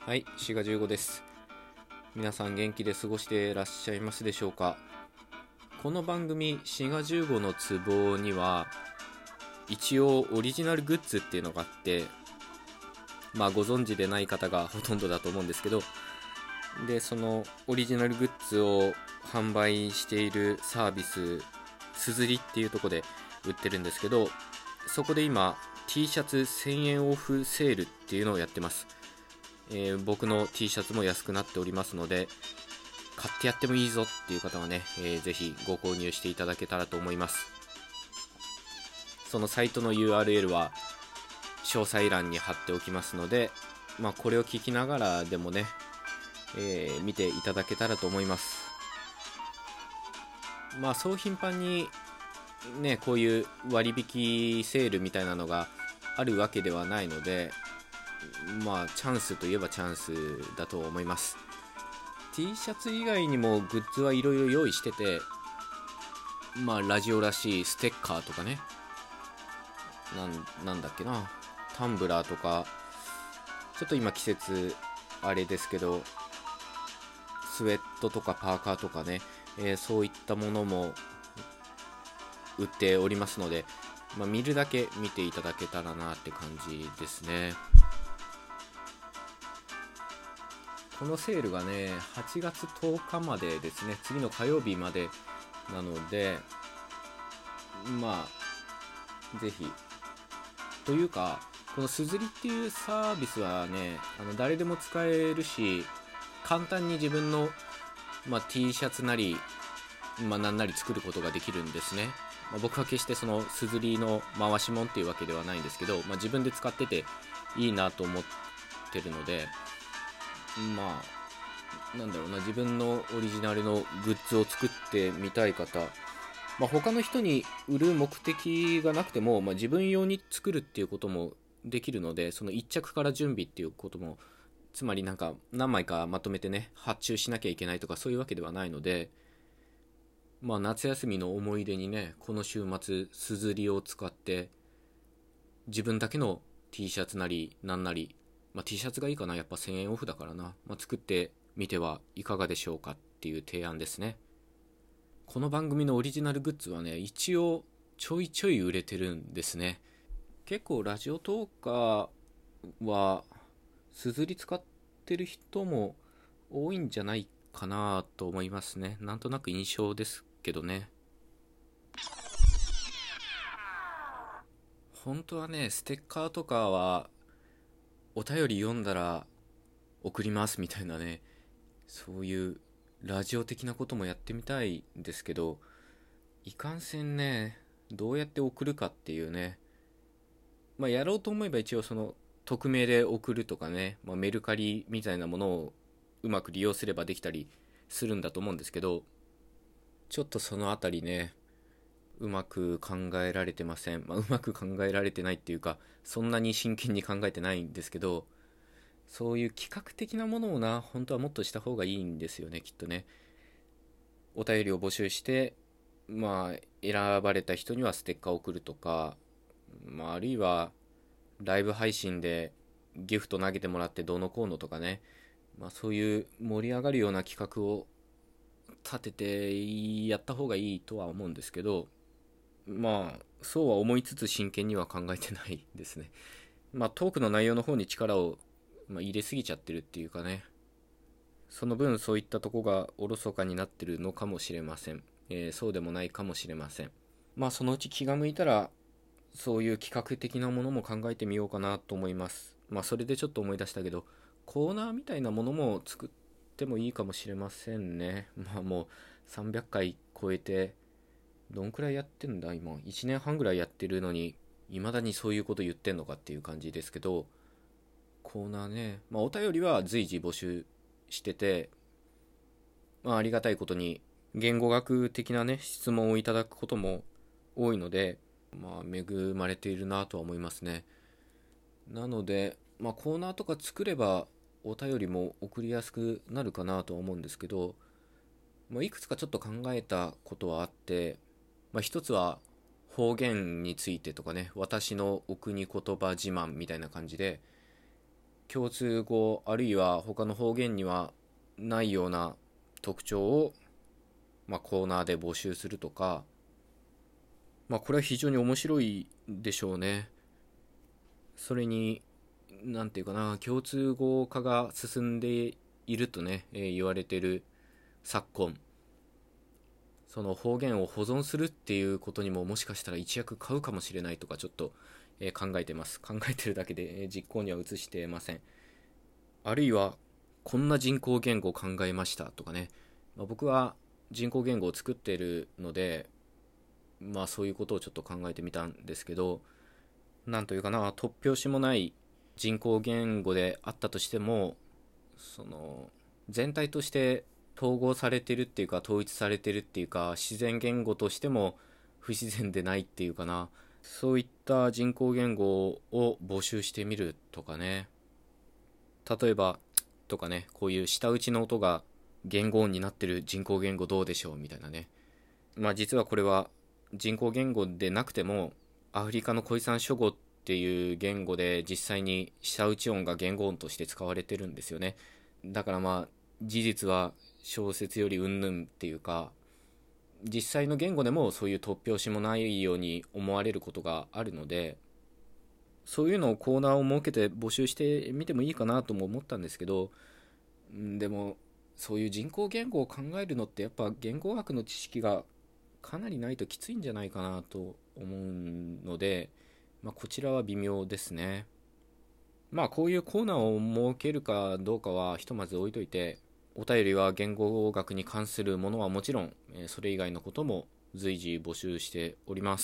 はい、滋賀15です。皆さん元気で過ごしていらっしゃいますでしょうか。この番組滋賀15のツボには一応オリジナルグッズっていうのがあって、ご存知でない方がほとんどだと思うんですけど、でそのオリジナルグッズを販売しているサービスすずりっていうところで売ってるんですけど、そこで今 T シャツ1000円オフセールっていうのをやってます。僕の T シャツも安くなっておりますので、買ってやってもいいぞっていう方はね、ぜひご購入していただけたらと思います。そのサイトの URL は詳細欄に貼っておきますので、これを聞きながらでもね、見ていただけたらと思います。そう頻繁にね、こういう割引セールみたいなのがあるわけではないので、チャンスといえばチャンスだと思います。 T シャツ以外にもグッズはいろいろ用意してて、ラジオらしいステッカーとかね、なんだっけな、タンブラーとか、ちょっと今季節あれですけど、スウェットとかパーカーとかね、そういったものも売っておりますので、見るだけ見ていただけたらなって感じですね。このセールがね、8月10日までですね。次の火曜日までなので、ぜひ。というか、このすずりっていうサービスはね、誰でも使えるし、簡単に自分の、T シャツなり、なんなり作ることができるんですね。僕は決してそのすずりの回しもんっていうわけではないんですけど、自分で使ってていいなと思ってるので、自分のオリジナルのグッズを作ってみたい方、他の人に売る目的がなくても、自分用に作るっていうこともできるので、その一着から準備っていうことも、つまり何枚かまとめてね、発注しなきゃいけないとかそういうわけではないので、夏休みの思い出にね、この週末すずりを使って自分だけの T シャツなりなんなり、T シャツがいいかな、やっぱ1000円オフだからな、作ってみてはいかがでしょうかっていう提案ですね。この番組のオリジナルグッズはね、一応ちょいちょい売れてるんですね。結構ラジオトーカーはすずり使ってる人も多いんじゃないかなと思いますね。なんとなく印象ですけどね。本当はね、ステッカーとかはお便り読んだら送りますみたいなね、そういうラジオ的なこともやってみたいんですけど、いかんせんね、どうやって送るかっていうね、やろうと思えば一応その匿名で送るとかね、メルカリみたいなものをうまく利用すればできたりするんだと思うんですけど、ちょっとそのあたりね、うまく考えられてません。うまく考えられてないっていうか、そんなに真剣に考えてないんですけど、そういう企画的なものをな、本当はもっとした方がいいんですよね、きっとね。お便りを募集して、選ばれた人にはステッカーを送るとか、あるいはライブ配信でギフト投げてもらってどうのこうのとかね、そういう盛り上がるような企画を立ててやった方がいいとは思うんですけど、そうは思いつつ真剣には考えてないですね。トークの内容の方に力を、入れすぎちゃってるっていうかね、その分そういったとこがおろそかになってるのかもしれません。そうでもないかもしれません。そのうち気が向いたらそういう企画的なものも考えてみようかなと思います。それでちょっと思い出したけど、コーナーみたいなものも作ってもいいかもしれませんね。もう300回超えて、どんくらいやってんだ今。1年半ぐらいやってるのに、未だにそういうこと言ってんのかっていう感じですけど、コーナーね、お便りは随時募集してて、ありがたいことに言語学的なね質問をいただくことも多いので、恵まれているなとは思いますね。なので、コーナーとか作ればお便りも送りやすくなるかなとは思うんですけど、いくつかちょっと考えたことはあって、一つは方言についてとかね、私のお国言葉自慢みたいな感じで、 共通語あるいは他の方言にはないような特徴を、コーナーで募集するとか、これは非常に面白いでしょうね。それに、なんていうかな、共通語化が進んでいるとね、言われてる昨今、その方言を保存するっていうことにももしかしたら一役買うかもしれないとかちょっと、考えてます。考えてるだけで、実行には移してません。あるいは、こんな人工言語を考えましたとかね、僕は人工言語を作っているので、そういうことをちょっと考えてみたんですけど、なんというかな、突拍子もない人工言語であったとしても、その全体として統合されてるっていうか統一されてるっていうか自然言語としても不自然でないっていうかな、そういった人工言語を募集してみるとかね。例えばとかね、こういう舌打ちの音が言語音になってる人工言語どうでしょうみたいなね。実はこれは人工言語でなくてもアフリカのコイサン諸語っていう言語で実際に舌打ち音が言語音として使われてるんですよね。だから事実は小説より云々っていうか、実際の言語でもそういう突拍子もないように思われることがあるので、そういうのをコーナーを設けて募集してみてもいいかなとも思ったんですけど、でもそういう人工言語を考えるのってやっぱ言語学の知識がかなりないときついんじゃないかなと思うので、こちらは微妙ですね。こういうコーナーを設けるかどうかはひとまず置いといて、お便りは言語学に関するものはもちろん、それ以外のことも随時募集しております。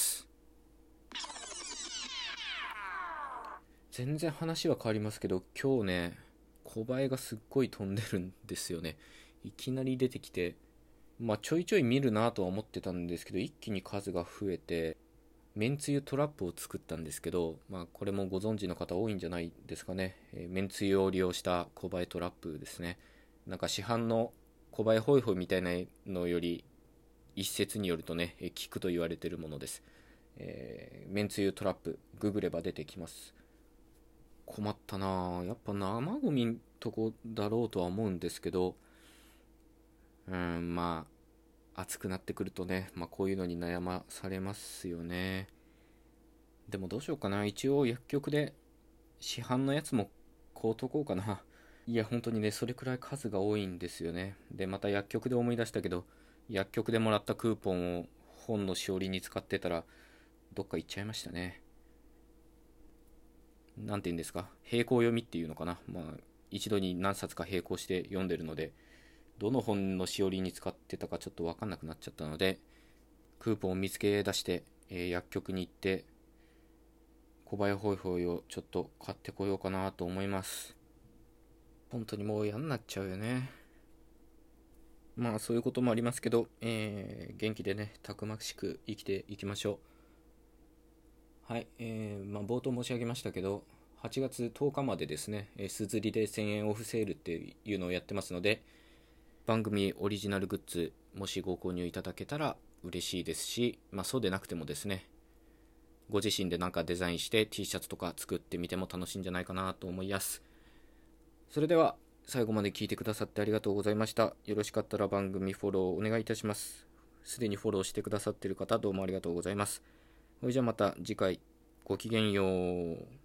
全然話は変わりますけど、今日ね、小バエがすっごい飛んでるんですよね。いきなり出てきて、ちょいちょい見るなとは思ってたんですけど、一気に数が増えて、めんつゆトラップを作ったんですけど、これもご存知の方多いんじゃないですかね。めんつゆを利用した小バエトラップですね。なんか市販の小バエホイホイみたいなのより一説によるとね、効くと言われているものです。めんつゆトラップ、ググれば出てきます。困ったなぁ。やっぱ生ゴミんとこだろうとは思うんですけど、暑くなってくるとね、こういうのに悩まされますよね。でもどうしようかな。一応薬局で市販のやつも買うとこうかな。いや、本当にね、それくらい数が多いんですよね。で、また薬局で思い出したけど、薬局でもらったクーポンを本のしおりに使ってたら、どっか行っちゃいましたね。なんて言うんですか。並行読みっていうのかな。一度に何冊か並行して読んでるので、どの本のしおりに使ってたかちょっと分かんなくなっちゃったので、クーポンを見つけ出して、薬局に行って小林ホイホイをちょっと買ってこようかなと思います。本当にもう嫌になっちゃうよね。そういうこともありますけど、元気でね、たくましく生きていきましょう。はい、冒頭申し上げましたけど、8月10日までですね、すずりで1000円オフセールっていうのをやってますので、番組オリジナルグッズもしご購入いただけたら嬉しいですし、そうでなくてもですね、ご自身でなんかデザインして T シャツとか作ってみても楽しいんじゃないかなと思います。それでは最後まで聞いてくださってありがとうございました。よろしかったら番組フォローお願いいたします。すでにフォローしてくださっている方どうもありがとうございます。それじゃあまた次回、ごきげんよう。